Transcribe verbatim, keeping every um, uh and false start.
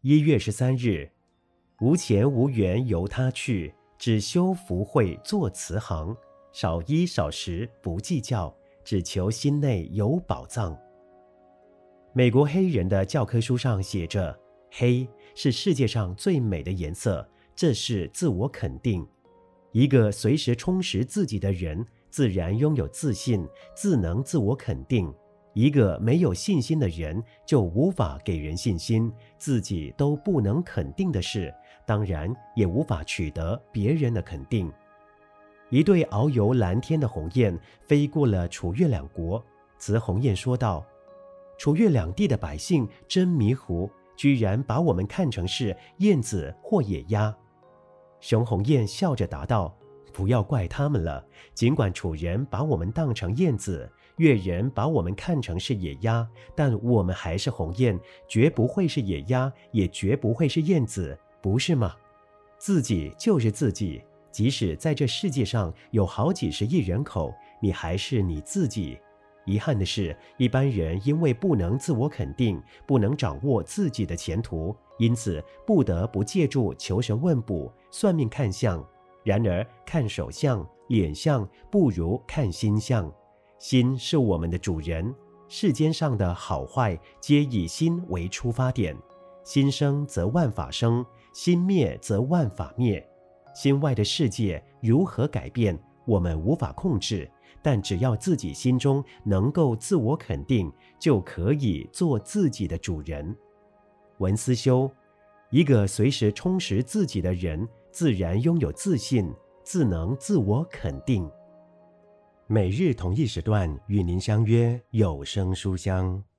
一月十三日，无钱无缘由他去，只修福慧作慈航，少衣少食不计较，只求心内有宝藏。美国黑人的教科书上写着，黑是世界上最美的颜色，这是自我肯定。一个随时充实自己的人，自然拥有自信，自能自我肯定。一个没有信心的人，就无法给人信心，自己都不能肯定的事，当然也无法取得别人的肯定。一对遨游蓝天的鸿雁飞过了楚越两国，雌鸿雁说道：楚越两地的百姓真迷糊，居然把我们看成是燕子或野鸭。雄鸿雁笑着答道：不要怪他们了，尽管楚人把我们当成燕子，越人把我们看成是野鸭，但我们还是鸿雁，绝不会是野鸭，也绝不会是燕子，不是吗？自己就是自己，即使在这世界上有好几十亿人口，你还是你自己。遗憾的是，一般人因为不能自我肯定，不能掌握自己的前途，因此不得不借助求神问卜、算命看相。然而看手相、脸相不如看心相。心是我们的主人，世间上的好坏皆以心为出发点。心生则万法生，心灭则万法灭。心外的世界如何改变，我们无法控制，但只要自己心中能够自我肯定，就可以做自己的主人。文思修，一个随时充实自己的人，自然拥有自信，自能自我肯定。每日同一时段与您相约有声书香。